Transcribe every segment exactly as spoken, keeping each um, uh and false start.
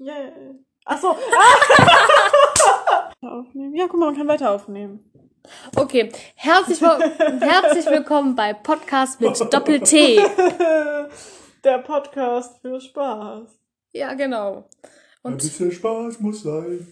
Ja, yeah. Achso. Aufnehmen. Ja, guck mal, man kann weiter aufnehmen. Okay, herzlich, herzlich willkommen bei Podcast mit Doppel-T. Der Podcast für Spaß. Ja, genau. Und ein bisschen Spaß muss sein.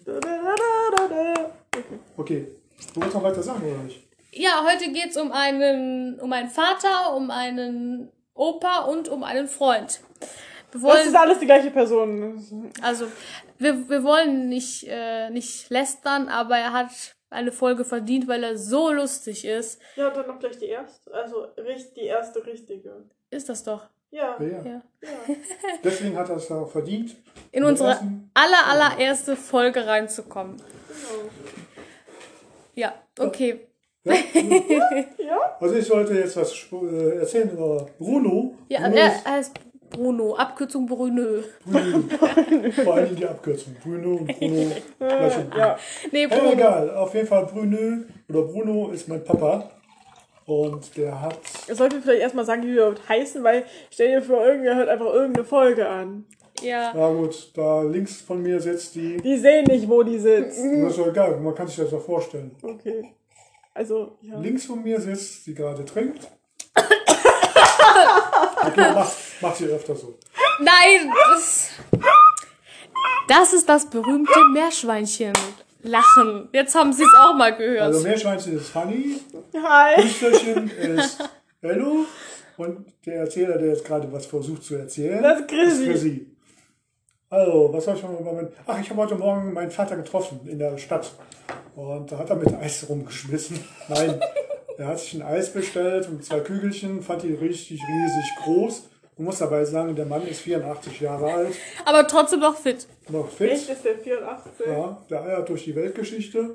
Okay. Okay, du wolltest noch weiter sagen, oder nicht? Ja, heute geht's um einen, um einen Vater, um einen Opa und um einen Freund. Wir wollen, das ist alles die gleiche Person. Also, wir, wir wollen nicht, äh, nicht lästern, aber er hat eine Folge verdient, weil er so lustig ist. Ja, und dann noch gleich die erste, also die erste richtige. Ist das doch. Ja. Ja, ja. Ja. Ja. Deswegen hat er es auch verdient. In unsere aller, allererste Folge reinzukommen. Genau. Ja, okay. Ja? Ja? Also ich sollte jetzt was äh, erzählen über Bruno. Ja, Bruno er ist heißt Bruno, Abkürzung Brunö. Bruno. Vor allem die Abkürzung. Bruno und Bruno. Ja. Nee, Aber Bruno. egal, auf jeden Fall Bruno oder Bruno ist mein Papa. Und der hat... Das sollten wir vielleicht erstmal sagen, wie wir überhaupt heißen, weil stell dir vor, irgendwer hört einfach irgendeine Folge an. Ja. Na gut, da links von mir sitzt die... Die sehen nicht, wo die sitzt. Das ist doch egal, man kann sich das doch vorstellen. Okay. Also, ja. Links von mir sitzt, die gerade trinkt. Okay, mach, mach sie öfter so. Nein, das, das ist das berühmte Meerschweinchen-Lachen. Jetzt haben sie es auch mal gehört. Also Meerschweinchen ist Honey, Hi. Hüsterchen ist Hello und der Erzähler, der jetzt gerade was versucht zu erzählen, Das ist Chrissy. Chrissy. Also, was soll ich noch mal... Ach, ich habe heute Morgen meinen Vater getroffen in der Stadt. Und da hat er mit Eis rumgeschmissen. Nein, er hat sich ein Eis bestellt und zwei Kügelchen, fand die richtig riesig groß. Man muss dabei sagen, der Mann ist vierundachtzig Jahre alt, Aber trotzdem noch fit. noch fit. Echt ist der vierundachtzig? Ja, der eiert durch die Weltgeschichte.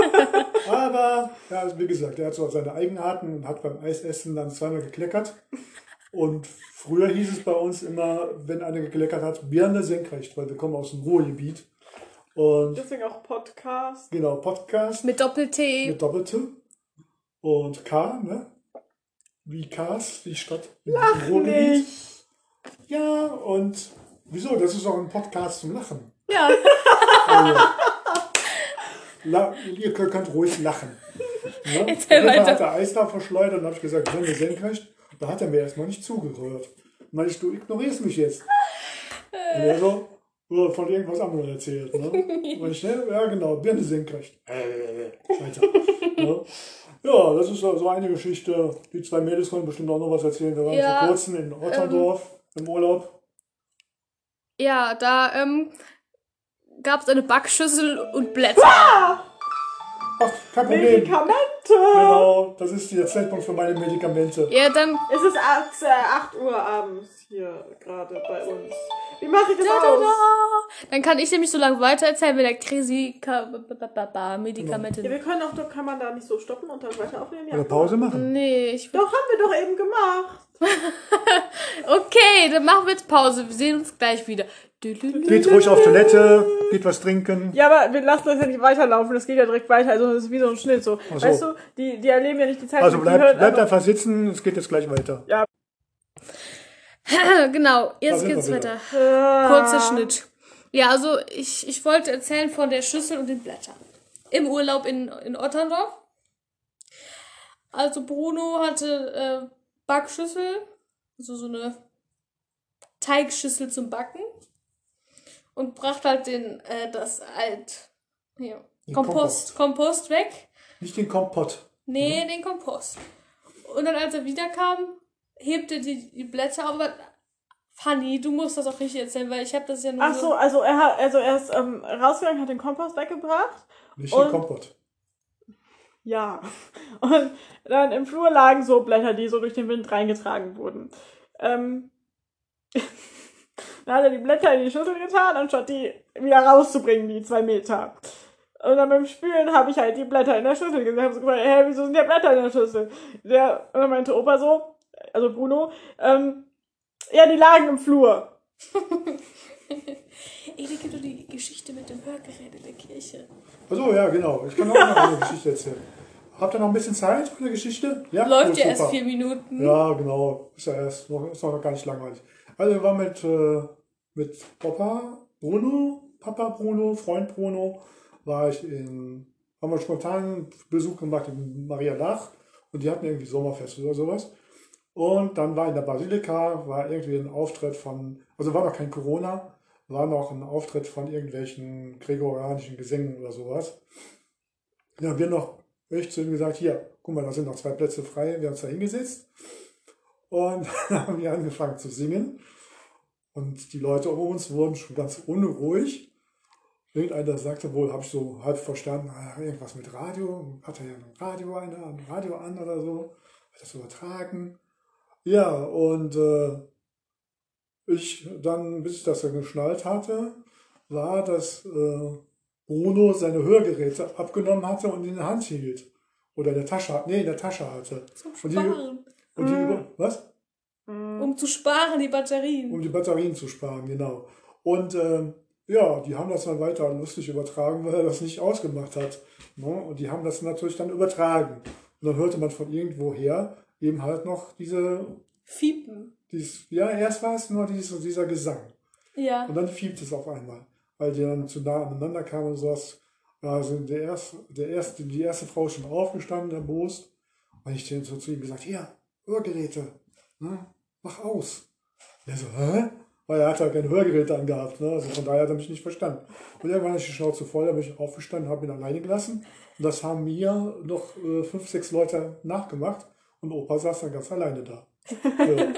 Aber, ja, wie gesagt, er hat so seine Eigenarten und hat beim Eisessen dann zweimal gekleckert. Und früher hieß es bei uns immer, wenn einer gekleckert hat, Birne senkrecht, weil wir kommen aus dem Ruhrgebiet. Und Deswegen auch Podcast. genau, Podcast Mit Doppel-T. mit Doppelte und K, ne? Wie Kars, die Stadt im Lach Ruhrgebiet. nicht. Ja, und wieso? Das ist auch ein Podcast zum Lachen. Ja. Also, la- ihr könnt, könnt ruhig lachen. Ne? Erzähl Auf jeden Fall weiter. hat er Eis da verschleudert und habe ich gesagt, wenn wir senkrecht, da hat er mir erstmal nicht zugehört. Meine ich, du ignorierst mich jetzt. Und er so, oh, von irgendwas anderem erzählt. Ne? Und ich, ne? Ja, genau, Birne senkrecht. Weiter. Ne? Ja, das ist so so eine Geschichte. Die zwei Mädels können bestimmt auch noch was erzählen. Wir waren Ja, vor kurzem in Otterndorf im Urlaub. Ja, da ähm, gab es eine Backschüssel und Blätter. Ach, kein Problem. Medikamente. Genau, das ist der Zeitpunkt für meine Medikamente. Ja, dann. Es ist acht, äh, acht Uhr abends hier gerade bei uns. Wie mache ich das Da, da, aus? da. Dann kann ich nämlich so lange weiter erzählen, wenn der Crazy Ka- ba- ba- ba- ba- Medikamente. Ja, wir können auch, doch kann man da nicht so stoppen und dann weiter aufnehmen? Ja. Eine Pause machen. Nee, ich will. Doch, haben wir doch eben gemacht. Okay, dann machen wir jetzt Pause. Wir sehen uns gleich wieder. Geht ruhig auf Toilette, geht was trinken. Ja, aber wir lassen uns ja nicht weiterlaufen. Das geht ja direkt weiter. Also das ist wie so ein Schnitt. So. Ach so. Weißt du, die, die erleben ja nicht die Zeit. Also die bleibt, hören bleibt einfach- einfach sitzen, es geht jetzt gleich weiter. Genau, jetzt sind geht's wir weiter. Ah. Kurzer Schnitt. Ja, also ich, ich wollte erzählen von der Schüssel und den Blättern. Im Urlaub in, in Otterndorf. Also Bruno hatte äh, Backschüssel, also so eine Teigschüssel zum Backen. Und brachte halt den, äh, das alt, hier, Den Kompost, Kompost weg. Nicht den Kompott. Nee, den Kompost. Und dann, als er wiederkam, hebte die, die Blätter, aber Fanny, du musst das auch richtig erzählen, weil ich habe das ja nur Ach so, also er hat, also er ist ähm, rausgegangen, hat den Kompost weggebracht. Nicht Und- den Kompott. Ja. Und dann im Flur lagen so Blätter, die so durch den Wind reingetragen wurden. Ähm, dann hat er die Blätter in die Schüssel getan, anstatt die wieder rauszubringen, die zwei Meter. Und dann beim Spülen habe ich halt die Blätter in der Schüssel gesehen. Hab so gefragt, hä, wieso sind die Blätter in der Schüssel? Der, und dann meinte Opa so, also Bruno, ähm, ja, die lagen im Flur. Ey, da gibt doch die Geschichte mit dem Hörgerät in der Kirche. Achso, ja, genau. Ich kann auch noch eine Geschichte erzählen. Habt ihr noch ein bisschen Zeit für eine Geschichte? Ja, Läuft gut, ja erst super. vier Minuten. Ja, genau. Ist ja erst noch, ist noch gar nicht langweilig. Also wir waren mit, äh, mit Papa Bruno, Papa Bruno, Freund Bruno, war ich in, haben wir spontan einen Besuch gemacht in Maria Lach und die hatten irgendwie Sommerfest oder sowas. Und dann war in der Basilika, war irgendwie ein Auftritt von, also war noch kein Corona, war noch ein Auftritt von irgendwelchen gregorianischen Gesängen oder sowas. Da haben wir noch echt zu ihm gesagt, hier, guck mal, da sind noch zwei Plätze frei, wir haben uns da hingesetzt. Und dann haben wir angefangen zu singen. Und die Leute um uns wurden schon ganz unruhig. Irgendeiner sagte wohl, habe ich so halb verstanden, ah, irgendwas mit Radio. Hat er ja ein Radio, an, ein Radio an oder so. Hat das übertragen. Ja, und äh, ich dann, bis ich das dann geschnallt hatte, war, dass äh, Bruno seine Hörgeräte abgenommen hatte und in der Hand hielt. Oder in der Tasche, nee, in der Tasche hatte. Zum Und die, Sparen. und die Mm. über, was? Um zu sparen, die Batterien. Um die Batterien zu sparen, genau. Und ähm, ja, die haben das dann weiter lustig übertragen, weil er das nicht ausgemacht hat. Ne? Und die haben das natürlich dann übertragen. Und dann hörte man von irgendwoher eben halt noch diese, Fiepen. dieses, ja, erst war es nur dieses, dieser Gesang. Ja. Und dann fiebt es auf einmal, weil die dann zu nah aneinander kamen und sowas. Da sind der erste, der erste, die erste Frau schon aufgestanden, erbost. Und ich dann so zu ihm gesagt, hier, Hörgeräte, ne? Mach aus. Und er so, hä? Weil er hat halt kein Hörgerät angehabt, ne? Also von daher hat er mich nicht verstanden. Und irgendwann hatte ich die Schnauze voll, da bin ich aufgestanden, habe ihn alleine gelassen. Und das haben mir noch äh, fünf, sechs Leute nachgemacht. Und Opa saß dann ganz alleine da. Ja.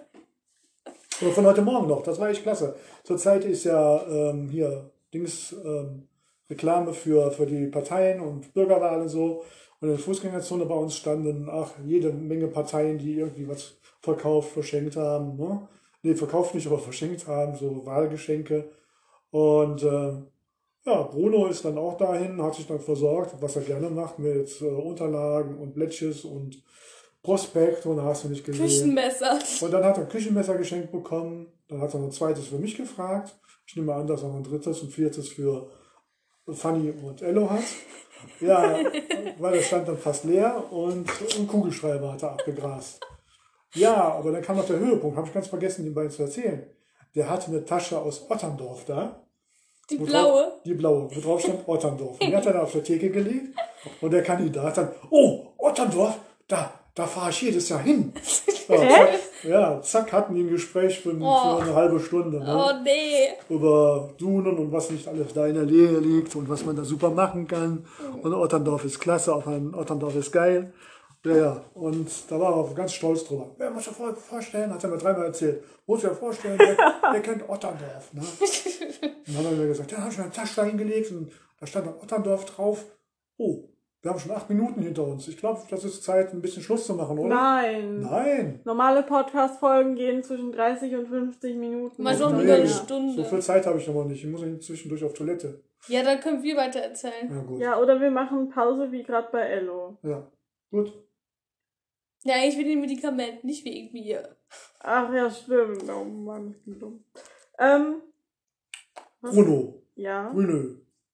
Oder von heute Morgen noch, das war echt klasse. Zurzeit ist ja ähm, hier Dings ähm, Reklame für, für die Parteien und Bürgerwahl und so. Und in der Fußgängerzone bei uns standen ach, jede Menge Parteien, die irgendwie was verkauft, verschenkt haben. Ne? Nee, verkauft nicht, aber verschenkt haben, so Wahlgeschenke. Und äh, ja, Bruno ist dann auch dahin, hat sich dann versorgt, was er gerne macht, mit äh, Unterlagen und Blättches und Prospekt und hast du nicht gesehen. Küchenmesser. Und dann hat er ein Küchenmesser geschenkt bekommen. Dann hat er ein zweites für mich gefragt. Ich nehme an, dass er noch ein drittes und viertes für Fanny und Ello hat. Ja, weil der stand dann fast leer und ein Kugelschreiber hat er abgegrast. Ja, aber dann kam noch der Höhepunkt, habe ich ganz vergessen, den beiden zu erzählen. Der hatte eine Tasche aus Otterndorf da. Die wo blaue. Drauf, die blaue, wo drauf stand Otterndorf. Und die hat er dann auf der Theke gelegt. Und der Kandidat dann, oh, Otterndorf, da, da fahre ich jedes Jahr hin. Ja, zack, ja, zack, hatten die ein Gespräch für, Oh. für eine halbe Stunde. Ne? Oh nee. Über Dunen und was nicht alles da in der Nähe liegt und was man da super machen kann. Und Otterndorf ist klasse, auch ein Otterndorf ist geil. Ja, ja, und da war er auch ganz stolz drüber. Ja, muss ich mir vorstellen, hat er mir dreimal erzählt. Muss ich mir vorstellen, der, der kennt Otterndorf. Ne? Und dann haben wir gesagt, ja, habe ich mir eine Tasche da hingelegt und da stand dann Otterndorf drauf. Oh, wir haben schon acht Minuten hinter uns. Ich glaube, das ist Zeit, ein bisschen Schluss zu machen, oder? Nein. Nein. Normale Podcast-Folgen gehen zwischen dreißig und fünfzig Minuten. Mal so Oder über Nee, eine mehr. Stunde. So viel Zeit habe ich noch mal nicht. Ich muss zwischendurch auf Toilette. Ja, dann können wir weiter erzählen. Ja, gut. Ja, oder wir machen Pause wie gerade bei Ello. Ja, gut. Ja, eigentlich wegen den Medikamenten, nicht wegen mir. Ach ja, stimmt. Oh Mann, ich bin dumm. Ähm. was- Bruno. Ja. Bruno.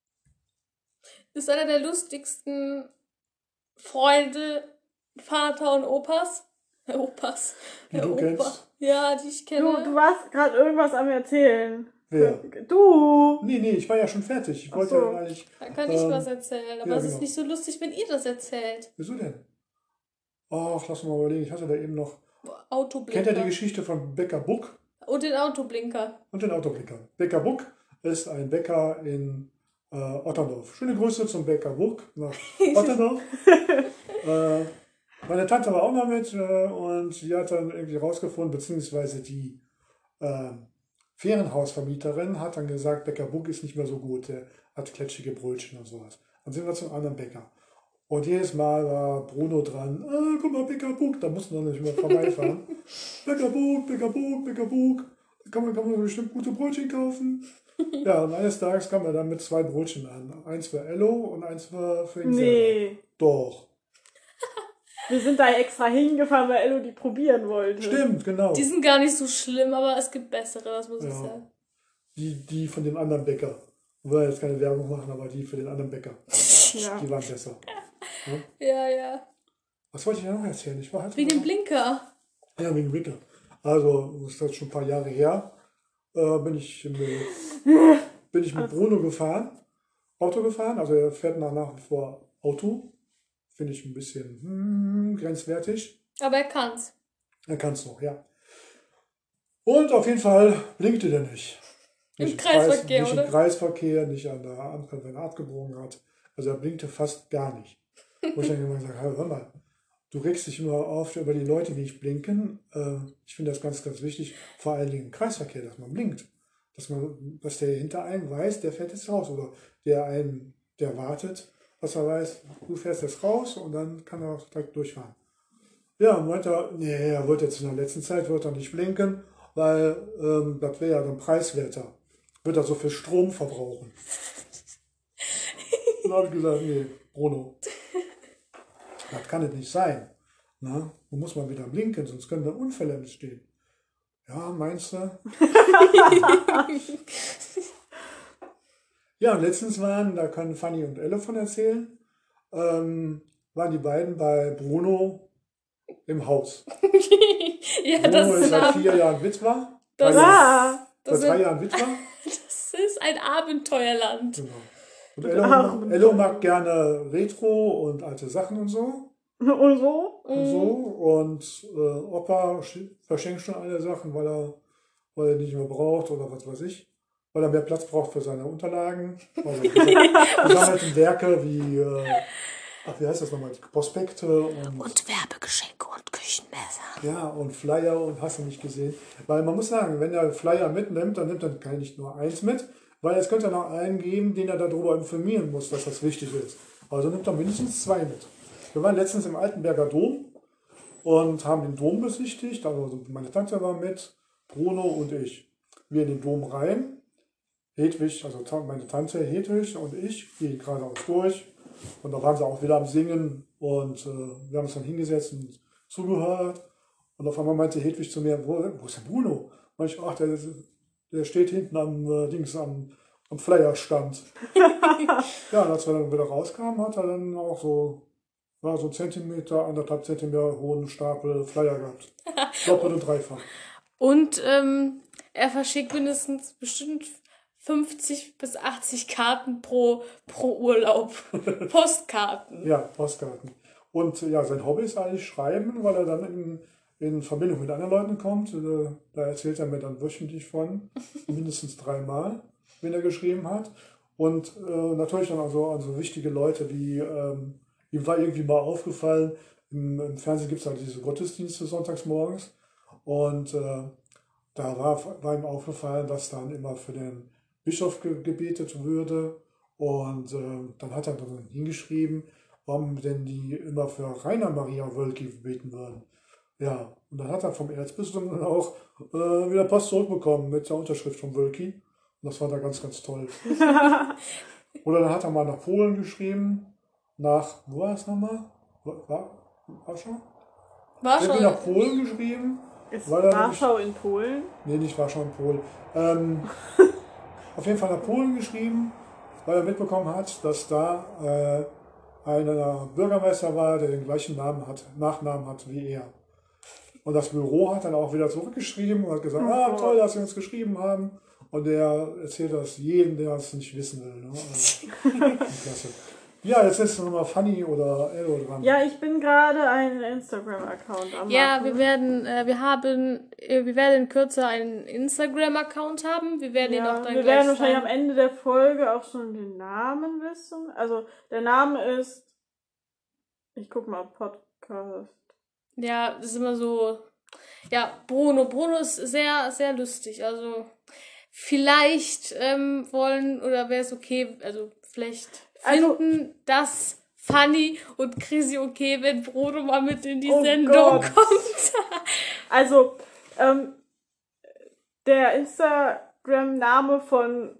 Ist einer der lustigsten Freunde, Vater und Opas. Äh, Opas. Die Äh, du Opa. kennst? Ja, die ich kenne. Du, du warst gerade irgendwas am Erzählen. Wer? Du! Nee, nee, ich war ja schon fertig. Ich Ach wollte so. ja eigentlich. Da kann ich Ähm, was erzählen, aber ja, es ist genau. nicht so lustig, wenn ihr das erzählt. Wieso denn? Ach, lass mal überlegen. Ich hatte da eben noch. Autoblinker. Kennt ihr die Geschichte von Bäcker Buck Und den Autoblinker. und den Autoblinker? Bäcker Buck ist ein Bäcker in äh, Otterndorf. Schöne Grüße zum Bäcker Buck nach Otterndorf. äh, meine Tante war auch noch mit äh, und sie hat dann irgendwie rausgefunden, beziehungsweise die äh, Ferienhausvermieterin hat dann gesagt, Bäcker Buck ist nicht mehr so gut, der hat kletschige Brötchen und sowas. Dann sind wir zum anderen Bäcker. Und jedes Mal war Bruno dran, ah, guck mal, Bäcker Buck, da mussten wir nicht mehr vorbeifahren. Bäcker Buck, Bäcker Buck, Bäcker Buck, da kann man, kann man bestimmt gute Brötchen kaufen. Ja, und eines Tages kam er dann mit zwei Brötchen an. Eins für Ello und eins für, für ihn selber. Nee. Doch. Wir sind da extra hingefahren, weil Ello die probieren wollte. Stimmt, genau. Die sind gar nicht so schlimm, aber es gibt bessere, das muss ich Ja. sagen. Die, die von dem anderen Bäcker. Wir wollen jetzt keine Werbung machen, aber die für den anderen Bäcker. Ja. Die waren besser. Ja, ja. Was wollte ich ja noch erzählen? Ich war halt Wegen dem Blinker. Ja, wegen Blinker. Also, das ist jetzt schon ein paar Jahre her. Äh, bin ich mit bin ich mit Alles Bruno gefahren, Auto gefahren, also er fährt nach, nach wie vor Auto. Finde ich ein bisschen hm, grenzwertig. Aber er kann's. Er kann es noch, ja. Und auf jeden Fall blinkte der nicht. Im Nicht Kreisverkehr, Kreis, oder? Nicht im Kreisverkehr, nicht an der Ampel, wenn er abgebogen hat. Also er blinkte fast gar nicht. Wo ich dann immer gesagt habe, hör mal, du regst dich immer auf über die Leute, die nicht blinken. Äh, ich finde das ganz, ganz wichtig, vor allen Dingen im Kreisverkehr, dass man blinkt. Dass man, dass der hinter einem weiß, der fährt jetzt raus. Oder der einen, der wartet, dass er weiß, du fährst jetzt raus und dann kann er auch direkt durchfahren. Ja, und meinte er, nee, er wird jetzt in der letzten Zeit wird er nicht blinken, weil ähm, das wäre ja dann preiswerter. Wird er so viel Strom verbrauchen. Und dann habe ich gesagt, nee, Bruno, das kann es nicht sein. Na, du musst mal wieder blinken, sonst können da Unfälle entstehen. Ja, meinst du? Ja, und letztens waren, da können Fanny und Elle von erzählen, ähm, waren die beiden bei Bruno im Haus. Ja, Bruno das ist ist, seit ein, vier Jahren Witwer. das drei Jahre, ist, Ah, das seit drei ist, Jahren Witwer. das ist ein Abenteuerland. Genau. Und Ello, Ach, Ello mag gerne Retro und alte Sachen und so. und so? Und so. Und äh, Opa sch- verschenkt schon alle Sachen, weil er, weil er nicht mehr braucht oder was weiß ich. Weil er mehr Platz braucht für seine Unterlagen. Also gesammelte Werke wie, äh, ach, wie heißt das nochmal? Die Prospekte und, Und Werbegeschenke und Küchenmesser. ja, und Flyer und hast du nicht gesehen. Weil man muss sagen, wenn er Flyer mitnimmt, dann nimmt er kann nicht nur eins mit, weil es könnte noch einen geben, den er darüber informieren muss, dass das wichtig ist. Also nimmt er mindestens zwei mit. Wir waren letztens im Altenberger Dom und haben den Dom besichtigt. Also meine Tante war mit, Bruno und ich. Wir in den Dom rein. Hedwig, also ta- meine Tante Hedwig und ich gehen geradeaus durch. Und da waren sie auch wieder am Singen und äh, wir haben uns dann hingesetzt und zugehört. Und auf einmal meinte Hedwig zu mir, wo, wo ist der Bruno? Und ich, ach, der, der steht hinten am äh, Dings, am, am Flyerstand. Ja, und als wir dann wieder rauskamen, hat er dann auch so, war so ein Zentimeter, anderthalb Zentimeter hohen Stapel Flyer gehabt. Doppelt und dreifach. Und ähm, er verschickt mindestens bestimmt fünfzig bis achtzig Karten pro, pro Urlaub. Postkarten. Ja, Postkarten. Und ja, sein Hobby ist eigentlich Schreiben, weil er dann in, in Verbindung mit anderen Leuten kommt. Äh, Da erzählt er mir dann wöchentlich von, mindestens dreimal, wenn er geschrieben hat. Und äh, natürlich dann also, also wichtige Leute, wie ähm, ihm war irgendwie mal aufgefallen, im, im Fernsehen gibt es halt diese Gottesdienste sonntags morgens. Und äh, da war, war ihm aufgefallen, dass dann immer für den Bischof ge gebetet würde. Und äh, dann hat er dann hingeschrieben, warum denn die immer für Rainer Maria Wölki beten würden. Ja, und dann hat er vom Erzbistum dann auch äh, wieder Post zurückbekommen mit der Unterschrift von Wölki. Und das war da ganz, ganz toll. Oder dann hat er mal nach Polen geschrieben, nach, wo war es nochmal? War, war, Warschau? War Irgendwie schon. nach Polen geschrieben. Ist Weil er Warschau in Polen? Nee, nicht Warschau in Polen. Ähm, auf jeden Fall nach Polen geschrieben, weil er mitbekommen hat, dass da äh, ein Bürgermeister war, der den gleichen Namen hat, Nachnamen hat wie er. Und das Büro hat dann auch wieder zurückgeschrieben und hat gesagt, Oh ah, Gott. toll, dass Sie uns geschrieben haben. Und der erzählt das jedem, der es nicht wissen will. Ne? Also, klasse. Ja, jetzt ist nochmal Fanny oder Ello dran. Ja, ich bin gerade einen Instagram-Account am Ja, machen. wir werden, äh, wir haben, äh, wir werden in Kürze einen Instagram-Account haben. Wir werden ihn Ja, auch dann wir gleich werden wahrscheinlich am schreiben. Ende der Folge auch schon den Namen wissen. Also, der Name ist, ich guck mal, Podcast. Ja, das ist immer so. Ja, Bruno. Bruno ist sehr, sehr lustig. Also, vielleicht ähm, wollen, oder wäre es okay, also, vielleicht Also- finden das Fanny und Chrissy okay, wenn Bruno mal mit in die Oh Sendung Gott. kommt. Also, ähm, der Instagram-Name von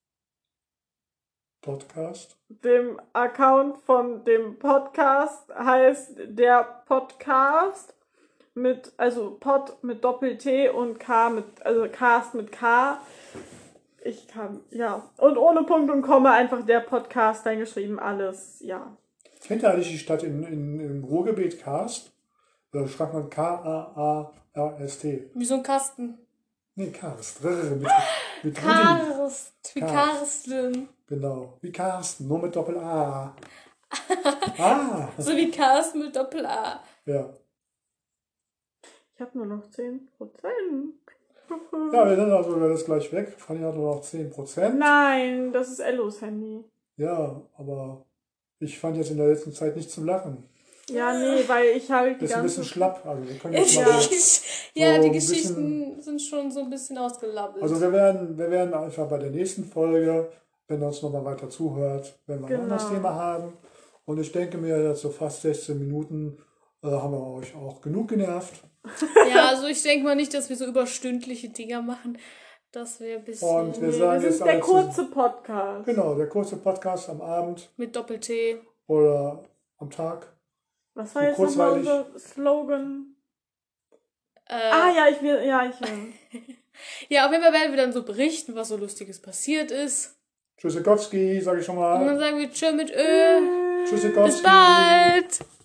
Podcast. dem Account von dem Podcast heißt der Podcast mit, also Pod mit Doppel-T und K mit, also Cast mit K. Ich kann, ja. Und ohne Punkt und Komma einfach der Podcast reingeschrieben, alles, ja. Kennt ihr eigentlich die Stadt in, in, im Ruhrgebiet Karst? Da schreibt man K A A R S T. Wie so ein Kasten. Nee, Karst. Mit, Mit Rudi. Karst, wie Karst. Karsten. Genau. Wie Carsten, nur mit Doppel-A. Ah. So wie Karsten mit Doppel-A. Ja. Ich habe nur noch zehn Prozent. Ja, wir sind also das gleich weg. Fanny hat nur noch zehn Prozent. Nein, das ist Ellos Handy. Ja, aber ich fand jetzt in der letzten Zeit nicht zum Lachen. Ja, nee, weil ich halt die Das ist ein bisschen ganze... schlapp. Also wir können Ja, jetzt die, mal so, Gesch- ja, so die ein Geschichten sind schon so ein bisschen ausgelabbelt. also wir werden, wir werden einfach bei der nächsten Folge, wenn ihr uns nochmal weiter zuhört, wenn wir ein Genau. anderes Thema haben. Und ich denke mir, jetzt so fast sechzehn Minuten äh, haben wir euch auch genug genervt. Ja, also ich denke mal nicht, dass wir so überstündliche Dinger machen. Das wäre ein bisschen Und wir Nee, sagen wir jetzt sind der alles- kurze Podcast. Genau, der kurze Podcast am Abend mit Doppel-T. oder am Tag. Was war So jetzt nochmal kurzweilig. unser Slogan? Äh, Ah ja, ich will, ja, ich will. Ja, auf jeden Fall werden wir dann so berichten, was so Lustiges passiert ist. Tschüssikowski, sage ich schon Und dann mal. sagen wir Tschö mit Ö. Tschüssikowski. Bis bald.